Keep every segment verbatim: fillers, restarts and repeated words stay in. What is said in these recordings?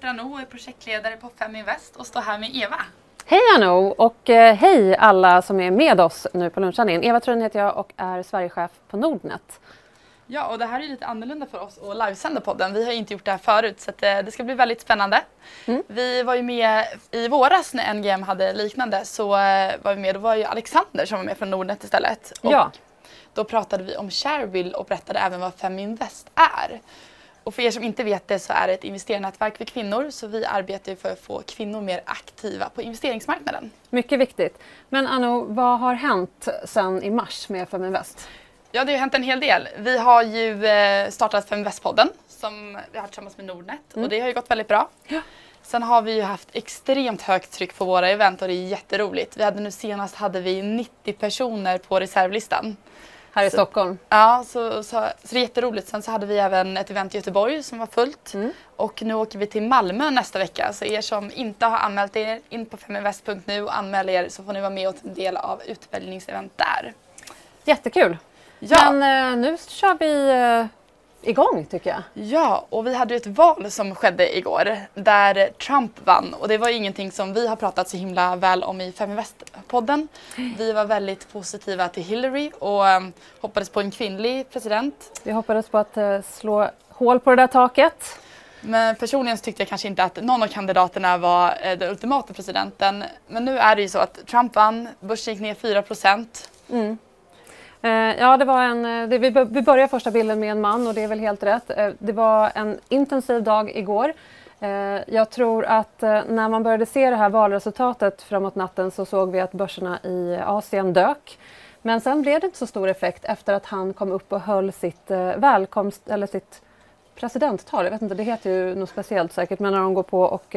heter Anou och är projektledare på Feminvest och står här med Eva. Hej Anou och eh, hej alla som är med oss nu på lunchsändningen. Eva Thrin heter jag och är Sverigechef på Nordnet. Ja, och det här är lite annorlunda för oss att livesända podden. Vi har inte gjort det här förut så att, eh, det ska bli väldigt spännande. Mm. Vi var ju med i våras när N G M hade liknande, så eh, var vi med. Då var ju Alexander som var med från Nordnet istället. Och ja. Då pratade vi om Sharebill och berättade även vad Feminvest är. Och för er som inte vet det så är det ett investerarnätverk för kvinnor, så vi arbetar för att få kvinnor mer aktiva på investeringsmarknaden. Mycket viktigt. Men Anou, vad har hänt sedan i mars med Feminvest? Ja, det har hänt en hel del. Vi har ju startat Feminvest-podden som vi har tillsammans med Nordnet mm. och det har ju gått väldigt bra. Ja. Sen har vi ju haft extremt högt tryck på våra event och det är jätteroligt. Vi hade nu senast hade vi nittio personer på reservlistan. Här i så, Stockholm? Ja, så, så, så det är jätteroligt. Sen så hade vi även ett event i Göteborg som var fullt. Mm. Och nu åker vi till Malmö nästa vecka. Så er som inte har anmält er, in på feminvest punkt nu och anmäl er så får ni vara med och ta en del av utbildningsevent där. Jättekul! Ja. Men eh, nu kör vi eh, igång tycker jag. Ja, och vi hade ju ett val som skedde igår där Trump vann. Och det var ju ingenting som vi har pratat så himla väl om i Feminvest-podden. Vi var väldigt positiva till Hillary och um, hoppades på en kvinnlig president. Vi hoppades på att uh, slå hål på det där taket. Men personligen så tyckte jag kanske inte att någon av kandidaterna var eh, den ultimata presidenten. Men nu är det ju så att Trump vann, börsen gick ner fyra procent. Mm. Ja, det var en, det, vi börjar första bilden med en man och det är väl helt rätt. Det var en intensiv dag igår. Jag tror att när man började se det här valresultatet framåt natten så såg vi att börserna i Asien dök. Men sen blev det inte så stor effekt efter att han kom upp och höll sitt välkomst eller sitt presidenttal. Jag vet inte, det heter ju något speciellt säkert, men när de går på och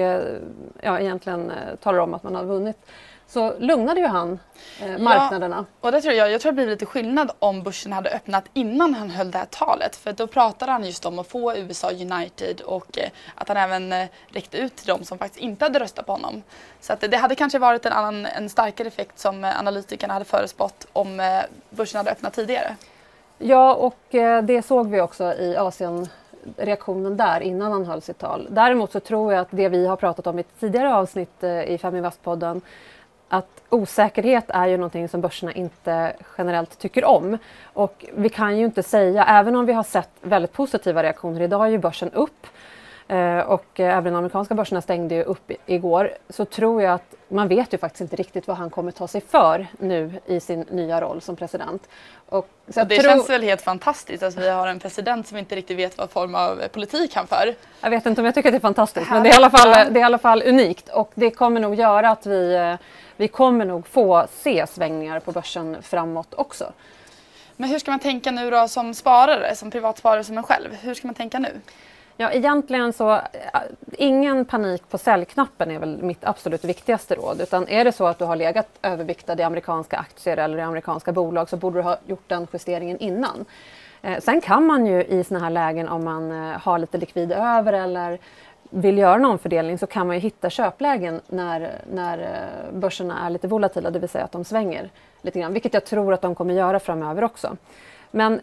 ja, egentligen talar om att man har vunnit. Så lugnade ju han eh, marknaderna. Ja, och det tror jag, jag tror det blir lite skillnad om börsen hade öppnat innan han höll det här talet. För då pratade han just om att få U S A United och eh, att han även eh, räckte ut till dem som faktiskt inte hade röstat på honom. Så att, eh, det hade kanske varit en, annan, en starkare effekt som eh, analytikerna hade förespått om eh, börsen hade öppnat tidigare. Ja, och eh, det såg vi också i Asien. Reaktionen där innan han höll sitt tal. Däremot så tror jag att det vi har pratat om i ett tidigare avsnitt eh, i Feminvest-podden, att osäkerhet är ju någonting som börserna inte generellt tycker om. Och vi kan ju inte säga, även om vi har sett väldigt positiva reaktioner, idag är ju börsen upp eh, och även de amerikanska börserna stängde ju upp igår, så tror jag att man vet ju faktiskt inte riktigt vad han kommer ta sig för nu i sin nya roll som president. Och, så och det tror... känns väl helt fantastiskt att vi har en president som inte riktigt vet vad form av politik han för. Jag vet inte om jag tycker att det är fantastiskt, men det är i alla fall, det är i alla fall unikt. Och det kommer nog göra att vi, vi kommer nog få se svängningar på börsen framåt också. Men hur ska man tänka nu då som sparare, som privatsparare som en själv? Hur ska man tänka nu? Ja, egentligen så, ingen panik på säljknappen är väl mitt absolut viktigaste råd. Utan är det så att du har legat överviktad i amerikanska aktier eller i amerikanska bolag så borde du ha gjort den justeringen innan. Eh, sen kan man ju i såna här lägen, om man eh, har lite likvid över eller vill göra någon omfördelning, så kan man ju hitta köplägen när, när eh, börserna är lite volatila, det vill säga att de svänger lite grann. Vilket jag tror att de kommer göra framöver också. Men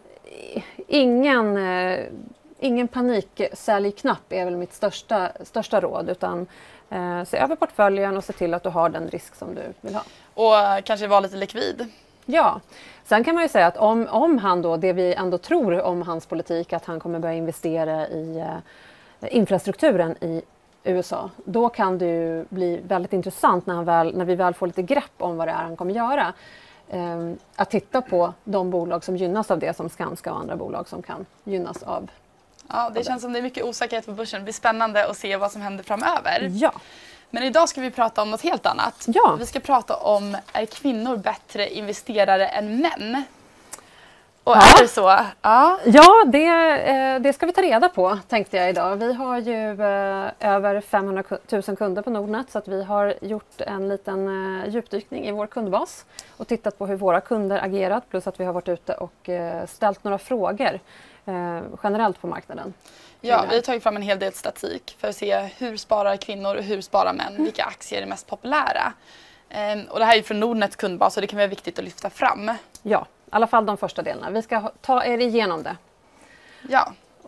ingen... Eh, Ingen paniksäljknapp är väl mitt största, största råd, utan eh, se över portföljen och se till att du har den risk som du vill ha. Och kanske vara lite likvid. Ja, sen kan man ju säga att om, om han då, det vi ändå tror om hans politik, att han kommer börja investera i eh, infrastrukturen i U S A, då kan det ju bli väldigt intressant när, han väl, när vi väl får lite grepp om vad det är han kommer göra. Eh, att titta på de bolag som gynnas av det, som Skanska och andra bolag som kan gynnas av. Ja, det känns som det är mycket osäkerhet på börsen. Det blir spännande att se vad som händer framöver. Ja. Men idag ska vi prata om något helt annat. Ja. Vi ska prata om, är kvinnor bättre investerare än män? Och ja. Är det så? Ja, ja det, det ska vi ta reda på, tänkte jag idag. Vi har ju över femhundratusen kunder på Nordnet, så att vi har gjort en liten djupdykning i vår kundbas och tittat på hur våra kunder agerat, plus att vi har varit ute och ställt några frågor generellt på marknaden. Ja, vi har tagit fram en hel del statistik för att se hur sparar kvinnor och hur sparar män, mm. vilka aktier är mest populära. Ehm, och det här är från Nordnets kundbas, så det kan vara viktigt att lyfta fram. Ja, i alla fall de första delarna. Vi ska ta er igenom det. Ja.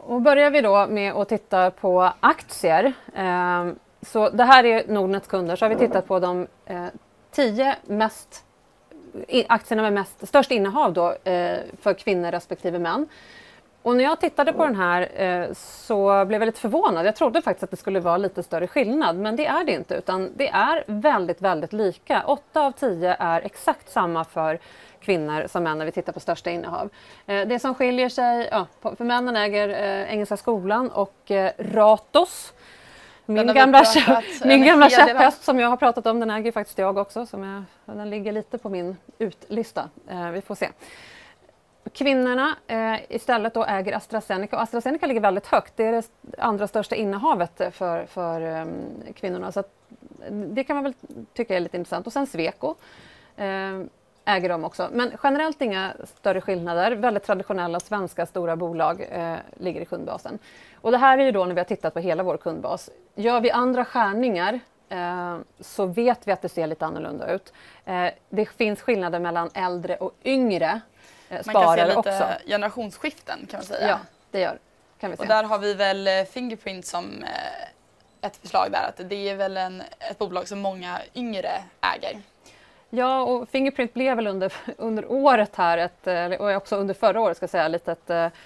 och börjar vi då med att titta på aktier. Eh, så det här är Nordnets kunder, så har vi tittat på de eh, tio mest aktierna med mest, störst innehav då, eh, för kvinnor respektive män. Och när jag tittade på den här eh, så blev jag lite förvånad. Jag trodde faktiskt att det skulle vara lite större skillnad, men det är det inte, utan det är väldigt, väldigt lika. Åtta av tio är exakt samma för kvinnor som män när vi tittar på största innehav. Eh, det som skiljer sig, ja, för männen äger eh, Engelska skolan och eh, Ratos. Min gamla, min gamla käpphäst som jag har pratat om, den äger faktiskt jag också. Som jag, den ligger lite på min utlista. Eh, vi får se. Kvinnorna eh, istället då äger AstraZeneca. Och AstraZeneca ligger väldigt högt. Det är det andra största innehavet för, för um, kvinnorna. Så att, det kan man väl tycka är lite intressant. Och sen Sweco eh, äger de också. Men generellt inga större skillnader. Väldigt traditionella svenska stora bolag eh, ligger i kundbasen. Och det här är ju då när vi har tittat på hela vår kundbas. Gör vi andra skärningar eh, så vet vi att det ser lite annorlunda ut. Eh, det finns skillnader mellan äldre och yngre eh, sparare också. Man kan se lite också generationsskiften kan man säga. Ja, det gör kan vi se. Och där har vi väl Fingerprint som eh, ett förslag där. Att det är väl en, ett bolag som många yngre äger. Ja, och Fingerprint blev väl under, under året här, ett, och också under förra året ska jag säga, lite ett eh,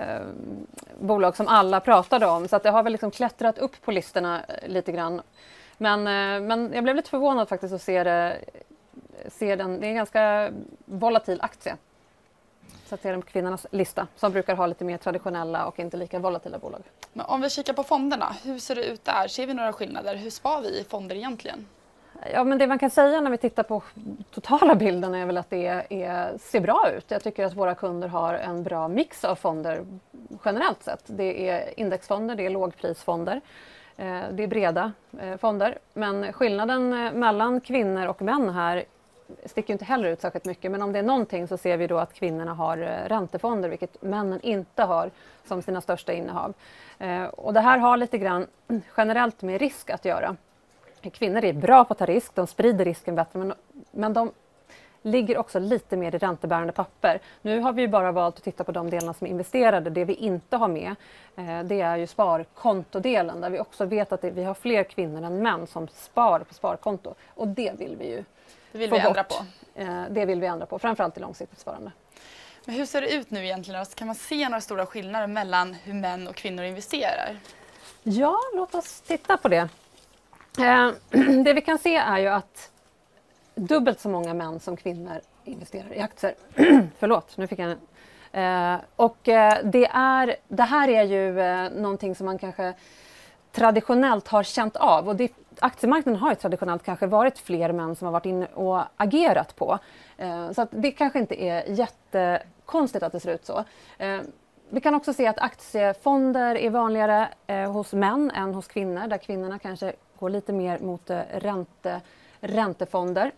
bolag som alla pratade om. Så att det har väl liksom klättrat upp på listorna lite grann. Men, eh, men jag blev lite förvånad faktiskt att se, det, se den. Det är en ganska volatil aktie. Så att det är den på kvinnornas lista som brukar ha lite mer traditionella och inte lika volatila bolag. Men om vi kikar på fonderna, hur ser det ut där? Ser vi några skillnader? Hur spar vi i fonder egentligen? Ja, men det man kan säga när vi tittar på totala bilden är väl att det är, ser bra ut. Jag tycker att våra kunder har en bra mix av fonder generellt sett. Det är indexfonder, det är lågprisfonder, det är breda fonder. Men skillnaden mellan kvinnor och män här sticker inte heller ut särskilt mycket. Men om det är någonting så ser vi då att kvinnorna har räntefonder, vilket männen inte har som sina största innehav. Och det här har lite grann generellt med risk att göra. Kvinnor är bra på att ta risk, de sprider risken bättre, men, men de ligger också lite mer i räntebärande papper. Nu har vi ju bara valt att titta på de delarna som är investerade. Det vi inte har med, eh, det är ju sparkontodelen, där vi också vet att det, vi har fler kvinnor än män som spar på sparkonto. Och det vill vi ju det vill vi ändra på. Eh, det vill vi ändra på, framförallt i långsiktigt sparande. Men hur ser det ut nu egentligen? Kan man se några stora skillnader mellan hur män och kvinnor investerar? Ja, låt oss titta på det. Eh, det vi kan se är ju att dubbelt så många män som kvinnor investerar i aktier. Förlåt, nu fick jag en. Eh, och eh, det, är, det här är ju eh, någonting som man kanske traditionellt har känt av. Och det, aktiemarknaden har ju traditionellt kanske varit fler män som har varit inne och agerat på. Eh, så att det kanske inte är jättekonstigt att det ser ut så. Eh, Vi kan också se att aktiefonder är vanligare eh, hos män än hos kvinnor, där kvinnorna kanske går lite mer mot eh, ränte, räntefonder.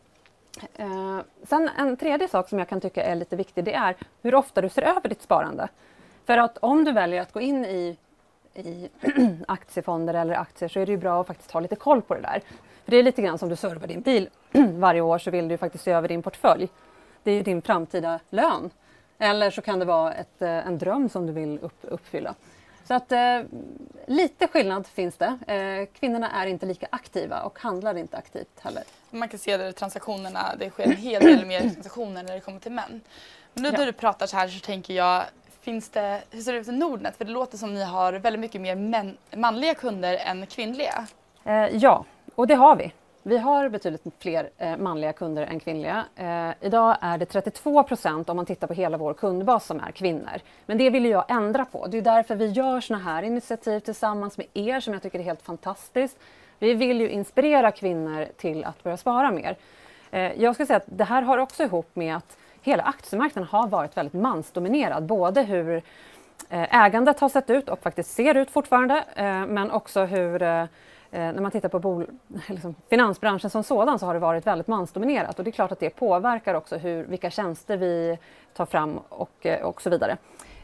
Eh, sen en tredje sak som jag kan tycka är lite viktig, det är hur ofta du ser över ditt sparande. För att om du väljer att gå in i, i aktiefonder eller aktier så är det ju bra att faktiskt ha lite koll på det där. För det är lite grann som du servar din bil varje år, så vill du faktiskt se över din portfölj. Det är ju din framtida lön. Eller så kan det vara ett, en dröm som du vill upp, uppfylla. Så att eh, lite skillnad finns det. Eh, kvinnorna är inte lika aktiva och handlar inte aktivt heller. Man kan se att transaktionerna, det sker en hel del mer transaktioner när det kommer till män. Men nu ja. När du pratar så här så tänker jag, finns det, hur ser det ut i Nordnet? För det låter som ni har väldigt mycket mer män, manliga kunder än kvinnliga. Eh, ja, och det har vi. Vi har betydligt fler eh, manliga kunder än kvinnliga. Eh, idag är det trettiotvå procent om man tittar på hela vår kundbas som är kvinnor. Men det vill jag ändra på. Det är därför vi gör såna här initiativ tillsammans med er som jag tycker är helt fantastiskt. Vi vill ju inspirera kvinnor till att börja spara mer. Eh, jag ska säga att det här har också ihop med att hela aktiemarknaden har varit väldigt mansdominerad. Både hur eh, ägandet har sett ut och faktiskt ser ut fortfarande, eh, men också hur... Eh, När man tittar på bol- liksom finansbranschen som sådan så har det varit väldigt mansdominerat. Och det är klart att det påverkar också hur, vilka tjänster vi tar fram och, och så vidare.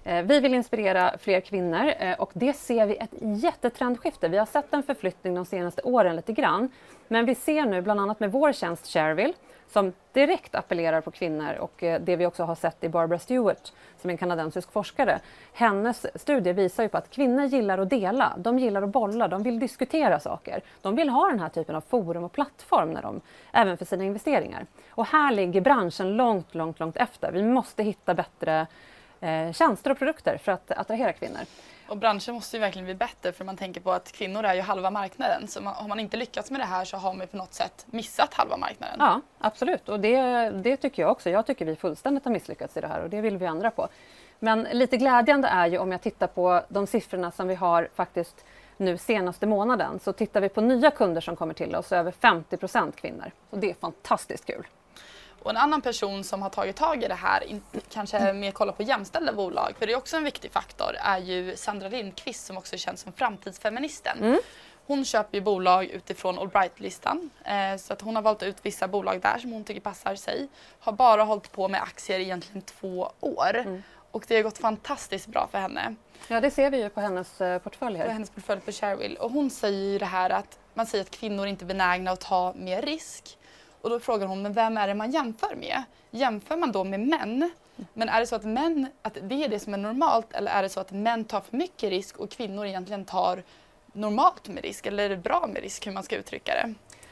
Vi vill inspirera fler kvinnor och det ser vi ett jättetrendskifte. Vi har sett en förflyttning de senaste åren lite grann. Men vi ser nu bland annat med vår tjänst Shareville som direkt appellerar på kvinnor och det vi också har sett i Barbara Stewart som är en kanadensisk forskare. Hennes studie visar ju på att kvinnor gillar att dela, de gillar att bolla, de vill diskutera saker. De vill ha den här typen av forum och plattform när de, även för sina investeringar. Och här ligger branschen långt, långt, långt efter. Vi måste hitta bättre eh, tjänster och produkter för att attrahera kvinnor. Och branschen måste ju verkligen bli bättre för man tänker på att kvinnor är ju halva marknaden. Så man, har man inte lyckats med det här så har man på något sätt missat halva marknaden. Ja, absolut. Och det, det tycker jag också. Jag tycker vi fullständigt har misslyckats i det här och det vill vi ändra på. Men lite glädjande är ju om jag tittar på de siffrorna som vi har faktiskt nu senaste månaden. Så tittar vi på nya kunder som kommer till oss, över femtio procent kvinnor. Och det är fantastiskt kul. Och en annan person som har tagit tag i det här, inte, kanske mer kolla på jämställda bolag, för det är också en viktig faktor, är ju Sandra Lindqvist som också känns som framtidsfeministen. Mm. Hon köper ju bolag utifrån Allbright-listan, eh, så att hon har valt ut vissa bolag där som hon tycker passar sig. Har bara hållit på med aktier egentligen två år mm. och det har gått fantastiskt bra för henne. Ja, det ser vi ju på hennes eh, portfölj här. På hennes portfölj på Shareville. Och hon säger ju det här att man säger att kvinnor inte är benägna att ta mer risk. Och då frågar hon, men vem är det man jämför med? Jämför man då med män? Men är det så att män, att det är det som är normalt, eller är det så att män tar för mycket risk och kvinnor egentligen tar normalt med risk? Eller är det bra med risk, hur man ska uttrycka det?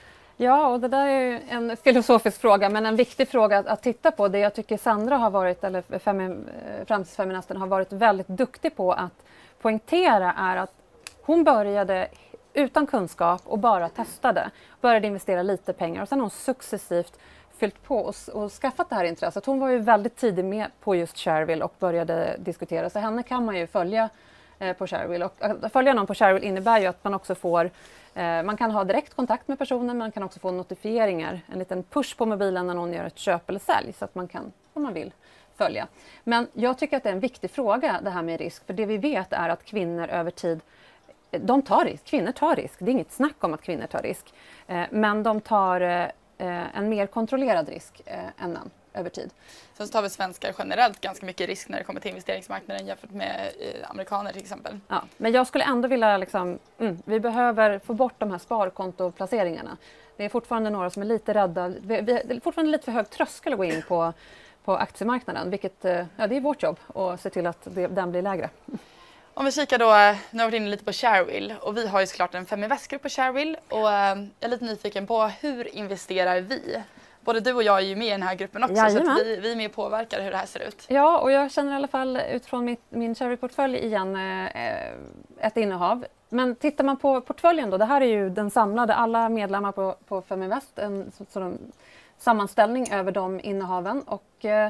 Ja, och det där är ju en filosofisk fråga, men en viktig fråga att, att titta på. Det jag tycker Sandra har varit, eller femi, framtidsfeministen har varit väldigt duktig på att poängtera är att hon började utan kunskap och bara testade. Började investera lite pengar och sen har hon successivt fyllt på och, och skaffat det här intresset. Hon var ju väldigt tidig med på just Shareville och började diskutera. Så henne kan man ju följa eh, på Shareville. Och att följa någon på Shareville innebär ju att man också får, eh, man kan ha direkt kontakt med personen, man kan också få notifieringar, en liten push på mobilen när någon gör ett köp eller sälj så att man kan, om man vill, följa. Men jag tycker att det är en viktig fråga det här med risk, för det vi vet är att kvinnor över tid de tar risk, kvinnor tar risk. Det är inget snack om att kvinnor tar risk. Eh, men de tar eh, en mer kontrollerad risk eh, än män över tid. Sen så tar vi svenskar generellt ganska mycket risk när det kommer till investeringsmarknaden jämfört med eh, amerikaner till exempel. Ja, men jag skulle ändå vilja, liksom, mm, vi behöver få bort de här sparkontoplaceringarna. Det är fortfarande några som är lite rädda. Vi, vi, det är fortfarande lite för hög tröskel att gå in på, på aktiemarknaden. Vilket, eh, ja, det är vårt jobb att se till att det, den blir lägre. Om vi kikar då, nu har vi varit inne lite på Shareville och vi har ju såklart en Feminvest-grupp på Shareville och jag är lite nyfiken på hur investerar vi? Både du och jag är ju med i den här gruppen också. Jajamän. Så att vi, vi är med och påverkar hur det här ser ut. Ja, och jag känner i alla fall utifrån mitt, min Shareville-portfölj igen eh, ett innehav. Men tittar man på portföljen då, det här är ju den samlade, alla medlemmar på, på Feminvest, en sådan sammanställning över de innehaven. Och eh,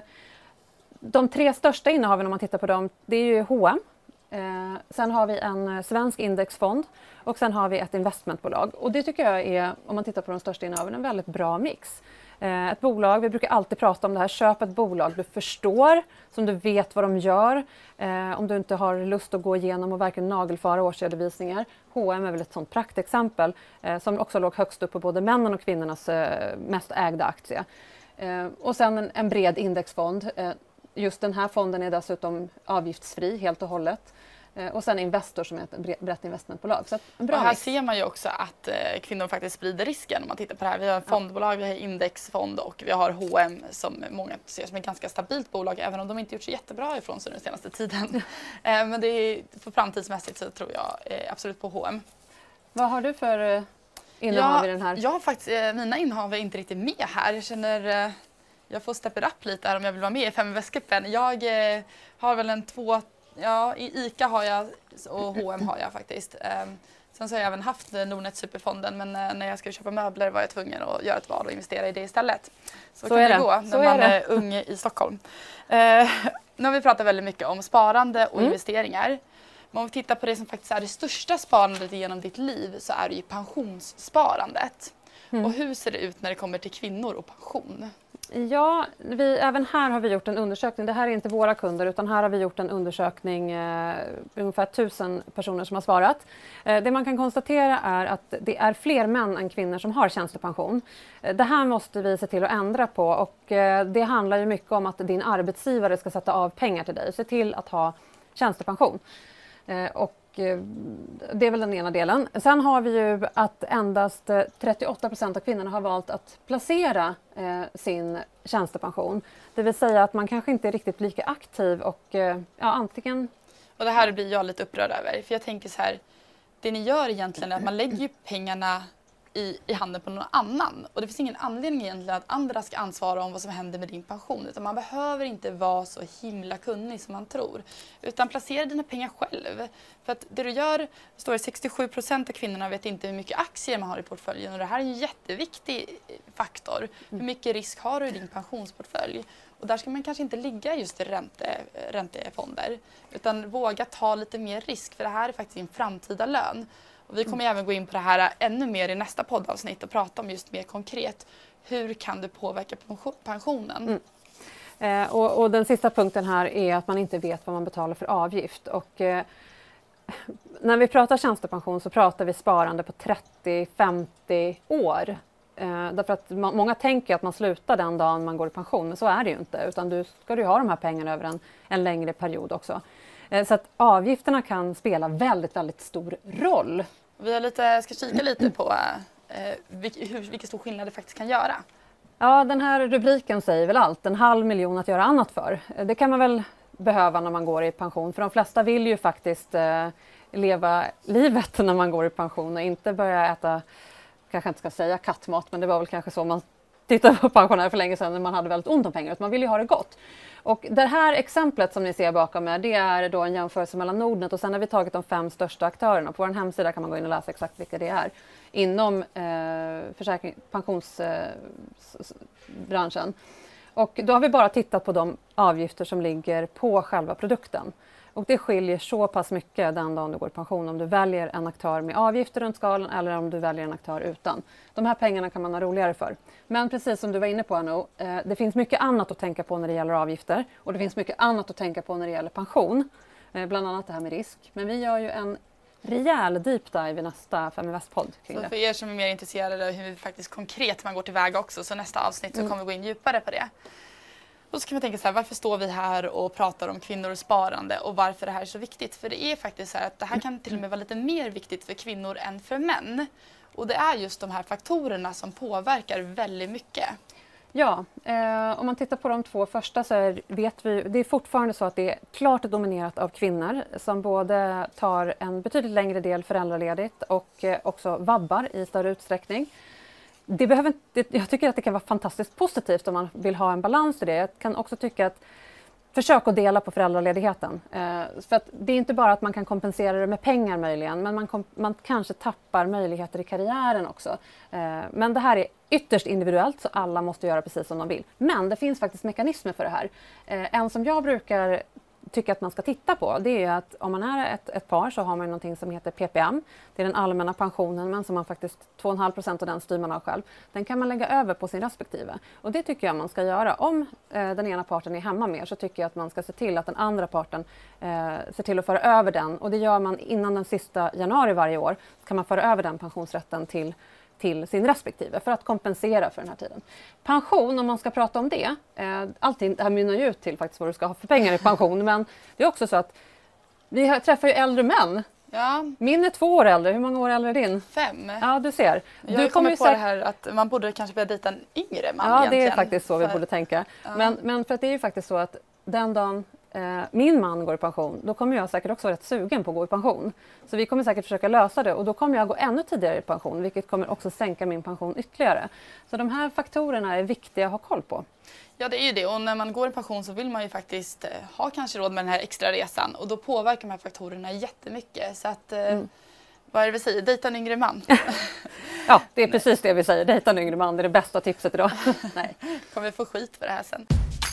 de tre största innehaven om man tittar på dem, det är ju H och M. Eh, sen har vi en svensk indexfond och sen har vi ett investmentbolag. Och det tycker jag är, om man tittar på de största innehaven, en väldigt bra mix. Eh, ett bolag, vi brukar alltid prata om det här, köp ett bolag du förstår, som du vet vad de gör. Eh, om du inte har lust att gå igenom och verkligen nagelfara årsredovisningar. H och M är väl ett sånt praktexempel eh, som också låg högst upp på både männen och kvinnornas eh, mest ägda aktie. Eh, och sen en, en bred indexfond. Eh, Just den här fonden är dessutom avgiftsfri helt och hållet. Eh, och sen Investor som är ett brett investmentbolag. Så att en bra och här mix. ser man ju också att eh, kvinnor faktiskt sprider risken om man tittar på det här. Vi har fondbolag, vi har indexfond och vi har H och M som många ser som ett ganska stabilt bolag även om de inte gjort så jättebra ifrån sig den senaste tiden. eh, men det är, för framtidsmässigt så tror jag eh, absolut på H och M. Vad har du för eh, innehav ja, i den här? Jag har faktiskt, eh, mina innehav är inte riktigt med här. Jag känner... Eh, Jag får step it up lite här om jag vill vara med i Feminvest-gruppen. Jag eh, har väl en två, ja i ICA har jag och H och M har jag faktiskt. Eh, sen så har jag även haft Nordnet Superfonden men eh, när jag skulle köpa möbler var jag tvungen att göra ett val och investera i det istället. Så, så kan det, det gå så när man är, är ung i Stockholm. Eh, nu har vi pratat väldigt mycket om sparande och mm. investeringar. Men om vi tittar på det som faktiskt är det största sparandet genom ditt liv så är det ju pensionssparandet. Mm. Och hur ser det ut när det kommer till kvinnor och pension? Ja, vi, även här har vi gjort en undersökning. Det här är inte våra kunder utan här har vi gjort en undersökning, eh, ungefär tusen personer som har svarat. Eh, det man kan konstatera är att det är fler män än kvinnor som har tjänstepension. Eh, det här måste vi se till att ändra på och eh, det handlar ju mycket om att din arbetsgivare ska sätta av pengar till dig. Se till att ha tjänstepension. Eh, och eh, det är väl den ena delen. Sen har vi ju att endast eh, trettioåtta procent av kvinnorna har valt att placera eh, sin tjänstepension. Det vill säga att man kanske inte är riktigt lika aktiv och eh, ja, antingen... Och det här blir jag lite upprörd över. För jag tänker så här, det ni gör egentligen är att man lägger ju pengarna i, i handen på någon annan. Och det finns ingen anledning egentligen att andra ska ansvara om vad som händer med din pension. Utan man behöver inte vara så himla kunnig som man tror. Utan placera dina pengar själv. För att det du gör, det står det sextiosju procent av kvinnorna vet inte hur mycket aktier man har i portföljen. Och det här är en jätteviktig faktor. Hur mycket risk har du i din pensionsportfölj? Och där ska man kanske inte ligga just i ränte, räntefonder. Utan våga ta lite mer risk. För det här är faktiskt din framtida lön. Och vi kommer mm. även gå in på det här ännu mer i nästa poddavsnitt och prata om just mer konkret. Hur kan du påverka pensionen? Mm. Eh, och, och den sista punkten här är att man inte vet vad man betalar för avgift. Och, eh, när vi pratar tjänstepension så pratar vi sparande på trettio till femtio år. Eh, därför att ma- många tänker att man slutar den dagen man går i pension, men så är det ju inte. Utan du ska du ha de här pengarna över en, en längre period också. Så att avgifterna kan spela väldigt, väldigt stor roll. Vi har lite, ska kika lite på eh, vilk, hur, vilken stor skillnad det faktiskt kan göra. Ja, den här rubriken säger väl allt. En halv miljon att göra annat för. Det kan man väl behöva när man går i pension. För de flesta vill ju faktiskt eh, leva livet när man går i pension och inte börja äta, kanske inte ska säga kattmat, men det var väl kanske så man tittade på pensionärer för länge sedan när man hade väldigt ont om pengar. Man vill ju ha det gott. Och det här exemplet som ni ser bakom mig, det är då en jämförelse mellan Nordnet och sen har vi tagit de fem största aktörerna. På vår hemsida kan man gå in och läsa exakt vilka det är inom eh, försäkring, pensionsbranschen. Eh, och då har vi bara tittat på de avgifter som ligger på själva produkten. Och det skiljer så pass mycket den dagen du går i pension om du väljer en aktör med avgifter runt skalan eller om du väljer en aktör utan. De här pengarna kan man ha roligare för. Men precis som du var inne på nu, eh, det finns mycket annat att tänka på när det gäller avgifter och det finns mycket annat att tänka på när det gäller pension. Eh, bland annat det här med risk. Men vi gör ju en rejäl deep dive i nästa Fem i Väst-podd kring det. Så för er som är mer intresserade av hur faktiskt konkret man går tillväga också, så nästa avsnitt så kommer vi gå in djupare på det. Och så kan man tänka så här, varför står vi här och pratar om kvinnor och sparande och varför det här är så viktigt? För det är faktiskt så här att det här kan till och med vara lite mer viktigt för kvinnor än för män. Och det är just de här faktorerna som påverkar väldigt mycket. Ja, eh, om man tittar på de två första så är, vet vi, det är fortfarande så att det är klart dominerat av kvinnor som både tar en betydligt längre del föräldraledigt och eh, också vabbar i större utsträckning. Det behöver inte, jag tycker att det kan vara fantastiskt positivt om man vill ha en balans i det. Jag kan också tycka att försök att dela på föräldraledigheten. Eh, för att det är inte bara att man kan kompensera det med pengar möjligen, men man, kom, man kanske tappar möjligheter i karriären också. Eh, men det här är ytterst individuellt så alla måste göra precis som de vill. Men det finns faktiskt mekanismer för det här. Eh, en som jag brukar tycker att man ska titta på, det är att om man är ett, ett par så har man någonting som heter P P M. Det är den allmänna pensionen, men som man faktiskt två komma fem procent av den styr man av själv. Den kan man lägga över på sin respektive. Och det tycker jag man ska göra. Om eh, den ena parten är hemma mer så tycker jag att man ska se till att den andra parten eh, ser till att föra över den. Och det gör man innan den sista januari varje år. Så kan man föra över den pensionsrätten till till sin respektive för att kompensera för den här tiden. Pension, om man ska prata om det, eh, allting det här mynnar ju ut till faktiskt vad du ska ha för pengar i pension, men det är också så att vi har, träffar ju äldre män. Ja. Min är två år äldre, hur många år äldre är din? Fem. Ja, du ser. Jag du kommer på säk- det här att man borde kanske börja dejta en yngre man Ja, egentligen. det är faktiskt så vi för... borde tänka. Ja. Men, men för att det är ju faktiskt så att den dagen eh, min man går i pension, då kommer jag säkert också vara rätt sugen på att gå i pension. Så vi kommer säkert försöka lösa det och då kommer jag gå ännu tidigare i pension, vilket kommer också sänka min pension ytterligare. Så de här faktorerna är viktiga att ha koll på. Ja, det är ju det. Och när man går i pension så vill man ju faktiskt eh, ha kanske råd med den här extra resan. Och då påverkar de här faktorerna jättemycket. Så att, eh, mm. vad är det vi säger? Dejta en yngre man. Ja, det är precis det vi säger. Dejta en yngre man, det är det bästa tipset idag. Nej. Kommer vi få skit för det här sen.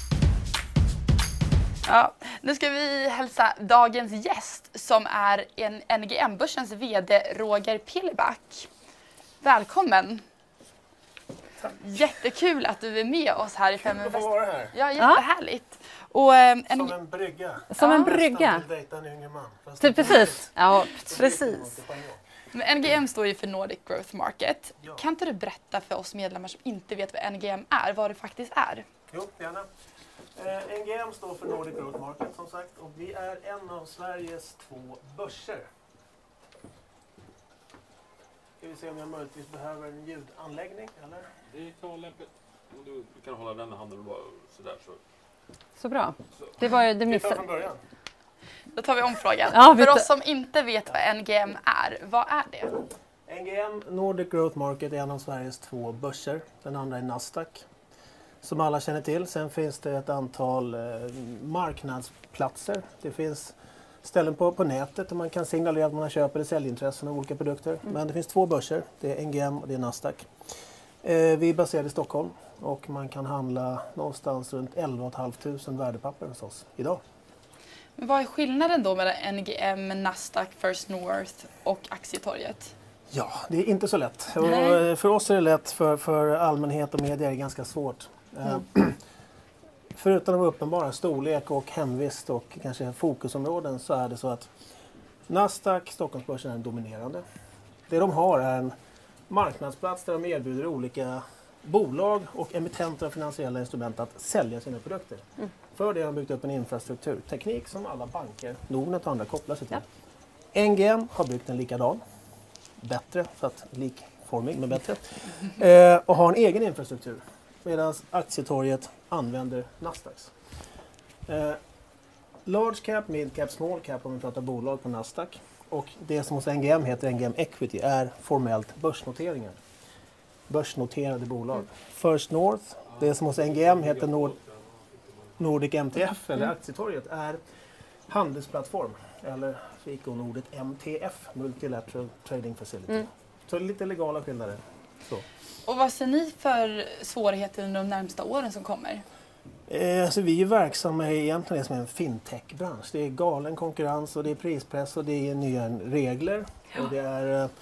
Ja, nu ska vi hälsa dagens gäst som är en N G M-börsens vd Roger Pilleback. Välkommen! Tack. Jättekul att du är med oss här i Fem i Väst. Kul att få vara här. Ja, jättehärligt. Och, eh, en... Som en brygga. Som ja. en brygga. Dejta en yngre man. Typ precis. Ja, precis. Men N G M står ju för Nordic Growth Market. Ja. Kan inte du berätta för oss medlemmar som inte vet vad N G M är, vad det faktiskt är? Jo, gärna. Eh, N G M står för Nordic Growth Market som sagt och vi är en av Sveriges två börser. Ska vi se om jag möjligtvis behöver en ljudanläggning eller? Det kan vara lämpligt. Om du, du kan hålla den handen och bara sådär så. Så bra. Det var ju det Vi tar missade. från början. Då tar vi om frågan. Ja, För vet- oss som inte vet vad N G M är, vad är det? N G M, Nordic Growth Market, är en av Sveriges två börser. Den andra är Nasdaq. Som alla känner till. Sen finns det ett antal eh, marknadsplatser. Det finns ställen på, på nätet där man kan signalera att man har köp eller säljintressen av olika produkter. Mm. Men det finns två börser. Det är N G M och det är Nasdaq. Eh, vi är baserade i Stockholm och man kan handla någonstans runt elva tusen femhundra värdepapper hos oss idag. Men vad är skillnaden då mellan N G M, Nasdaq, First North och Aktietorget? Ja, det är inte så lätt. Och Nej. för oss är det lätt, för, för allmänhet och media är det ganska svårt. Mm. Förutom de uppenbara storlek och hemvist och kanske fokusområden så är det så att Nasdaq, Stockholmsbörsen, är dominerande. Det de har är en marknadsplats där de erbjuder olika bolag och emittenter av finansiella instrument att sälja sina produkter. Mm. För det har de byggt upp en infrastruktur, teknik som alla banker, Nordnet och andra kopplar sig till. Ja. N G M har byggt en likadan, bättre, så att likformig men bättre, eh, och har en egen infrastruktur. Medan Aktietorget använder Nasdaqs. Eh, large cap, mid cap, small cap om vi pratar bolag på Nasdaq. Och det som hos N G M heter N G M Equity är formellt börsnoteringar. Börsnoterade bolag. Mm. First North, det som hos N G M heter Nord Nordic M T F eller Aktietorget, är handelsplattform. Eller fikonordet M T F, Multilateral Trading Facility. Mm. Så lite legala skillnader. Så. Och vad ser ni för svårigheter under de närmsta åren som kommer? Eh, alltså vi är verksamma i egentligen det som är en fintech-bransch. Det är galen konkurrens och det är prispress och det är nya regler. Och det, är, eh,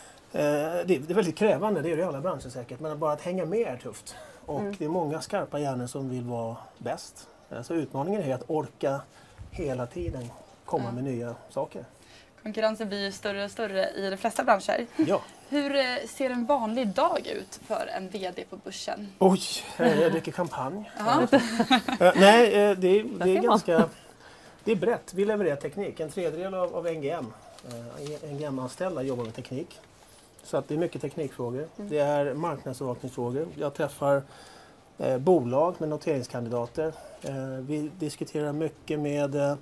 det är väldigt krävande, det är det i alla branscher säkert. Men bara att hänga med är tufft. Och mm. det är många skarpa hjärnor som vill vara bäst. Så utmaningen är att orka hela tiden komma mm. med nya saker. Konkurrensen blir ju större och större i de flesta branscher. Ja. Hur ser en vanlig dag ut för en vd på börsen? Oj, jag dricker champagne. uh, nej, det är, det är ganska det är brett. Vi levererar teknik. En tredjedel av, av N G M. Uh, N G M-anställda jobbar med teknik. Så att det är mycket teknikfrågor. Mm. Det är marknadsövervakningsfrågor. Jag träffar eh, bolag med noteringskandidater. Eh, vi diskuterar mycket med eh,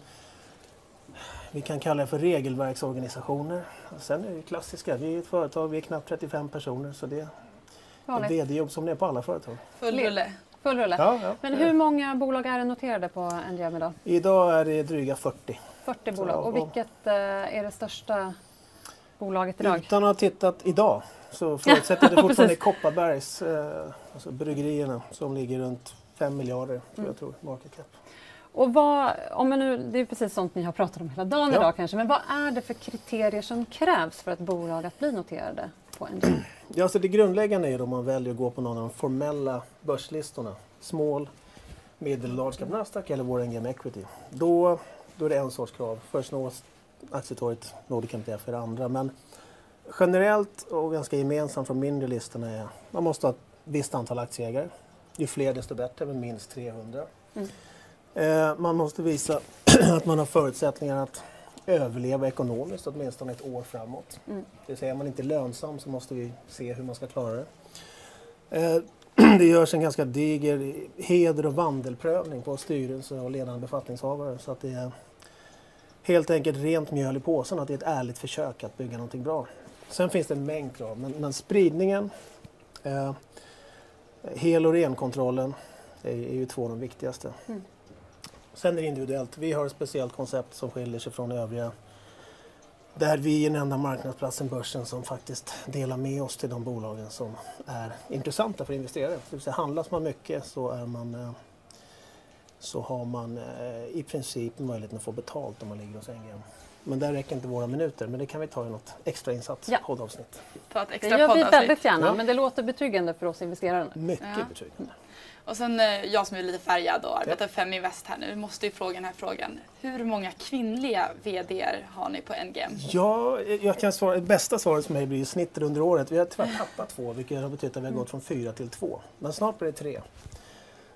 vi kan kalla det för regelverksorganisationer. Sen är det klassiska. Vi är ett företag, vi är knappt trettiofem personer. Så det är ett vd-jobb som det är på alla företag. Full rulle. Full rulle. Ja, ja. Men hur många bolag är det noterade på N G M idag? Idag är det dryga fyrtio. fyrtio bolag. Så, och vilket eh, är det största bolaget idag? Utan att ha tittat idag så förutsätter det fortfarande Kopparbergs, eh, alltså bryggerierna, som ligger runt fem miljarder, mm. jag tror, market cap. Och vad, om man nu, det är precis sånt ni har pratat om hela dagen ja. idag kanske, men vad är det för kriterier som krävs för ett bolag att bli noterade på N G M? Ja, alltså det grundläggande är om man väljer att gå på någon av de formella börslistorna, small, middle, large cap, Nasdaq eller vår N G M Equity. Då, då är det en sorts krav. First North, Aktietorget, Nordic M T F är det andra. Men generellt och ganska gemensamt från mindre listorna är man måste ha ett visst antal aktieägare. Ju fler desto bättre, men minst trehundra. Mm. Eh, man måste visa att man har förutsättningar att överleva ekonomiskt åtminstone ett år framåt. Mm. Det vill säga, är man inte lönsam så måste vi se hur man ska klara det. Eh, det görs en ganska diger heder- och vandelprövning på styrelse och ledande befattningshavare. Så att det är helt enkelt rent mjöl i påsen, att det är ett ärligt försök att bygga någonting bra. Sen finns det en mängd krav, men, men spridningen, eh, hel- och renkontrollen är, är ju två av de viktigaste. Mm. Sen är det individuellt. Vi har ett speciellt koncept som skiljer sig från övriga. Där vi är den enda marknadsplatsen, börsen, som faktiskt delar med oss till de bolagen som är intressanta för investerare. Det vill säga, handlas man mycket så, är man, så har man i princip möjligheten att få betalt om man ligger hos N G M. Men där räcker inte våra minuter, men det kan vi ta i något extra insats ja. poddavsnitt. Ta ett extra det gör vi poddavsnitt. väldigt gärna, ja. men det låter betryggande för oss investerare. Mycket ja. betryggande. Och sen jag som är lite färgad och arbetar för Fem Invest här nu, måste ju fråga den här frågan. Hur många kvinnliga vd:ar har ni på N G M? Ja, jag kan svara, det bästa svaret för mig blir snitt under året. Vi har tyvärr tappat två, vilket har betytt att vi har gått från fyra till två. Men snart blir det tre.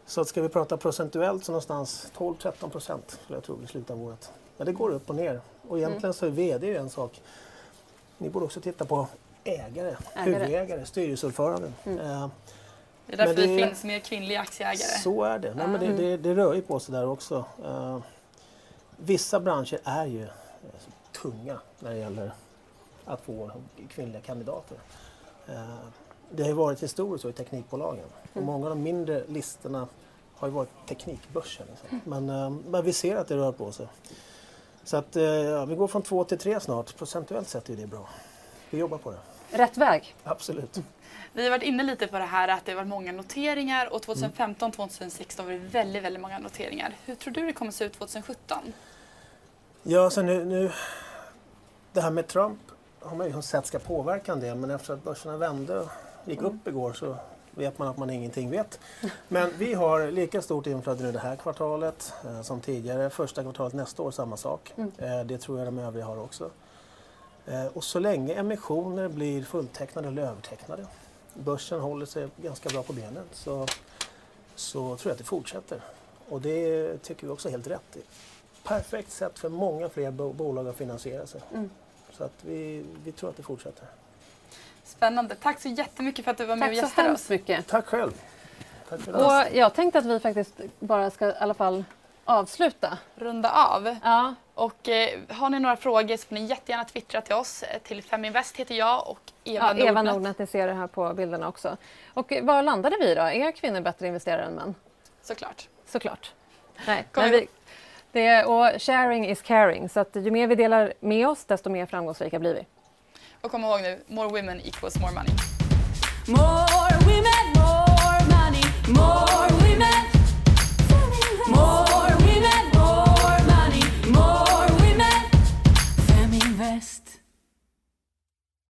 Så att ska vi prata procentuellt så någonstans tolv till tretton procent skulle jag tro i slutet av året. Men det går upp och ner. Och egentligen mm. så är vd ju en sak. Ni borde också titta på ägare, ägare. huvudägare, styrelseordförande. Mm. Uh, det är därför det, det finns mer kvinnliga aktieägare. Så är det. Nej, men det, det, det rör ju på sig där också. Uh, vissa branscher är ju uh, tunga när det gäller att få kvinnliga kandidater. Uh, det har ju varit historiskt så i teknikbolagen. Mm. Och många av de mindre listorna har ju varit teknikbörsen. Liksom. Men, uh, men vi ser att det rör på sig. Så att uh, vi går från två till tre snart. Procentuellt sett är det bra. Vi jobbar på det. Rätt väg. Absolut. Vi har varit inne lite på det här att det var många noteringar och tjugohundrafemton till tjugohundrasexton var det väldigt, väldigt många noteringar. Hur tror du det kommer se ut tjugosjutton? Ja, så nu, nu det här med Trump har man ju sett ska påverka en del, men efter att börserna vände och gick upp mm. igår så vet man att man ingenting vet. Men vi har lika stort inflöde nu det här kvartalet eh, som tidigare. Första kvartalet nästa år samma sak. Mm. Eh, det tror jag de övriga har också. Eh, och så länge emissioner blir fulltecknade eller övertecknade, börsen håller sig ganska bra på benen, så, så tror jag att det fortsätter. Och det tycker vi också är helt rätt i. Perfekt sätt för många fler bo- bolag att finansiera sig. Mm. Så att vi, vi tror att det fortsätter. Spännande. Tack så jättemycket för att du var med Tack och gästade oss. Tack så mycket. Tack själv. Tack för och jag tänkte att vi faktiskt bara ska i alla fall avsluta. Runda av. Ja. Och eh, har ni några frågor så får ni jättegärna twittra till oss. Till Feminvest heter jag och Eva ja, Nordnet. Eva Nordnet, ni ser det här på bilderna också. Och vad landade vi då? Är kvinnor bättre investerare än män? Såklart. Såklart. Nej, men vi, det är, och sharing is caring. Så att ju mer vi delar med oss, desto mer framgångsrika blir vi. Och kom ihåg nu, more women equals more money. More women, more money, more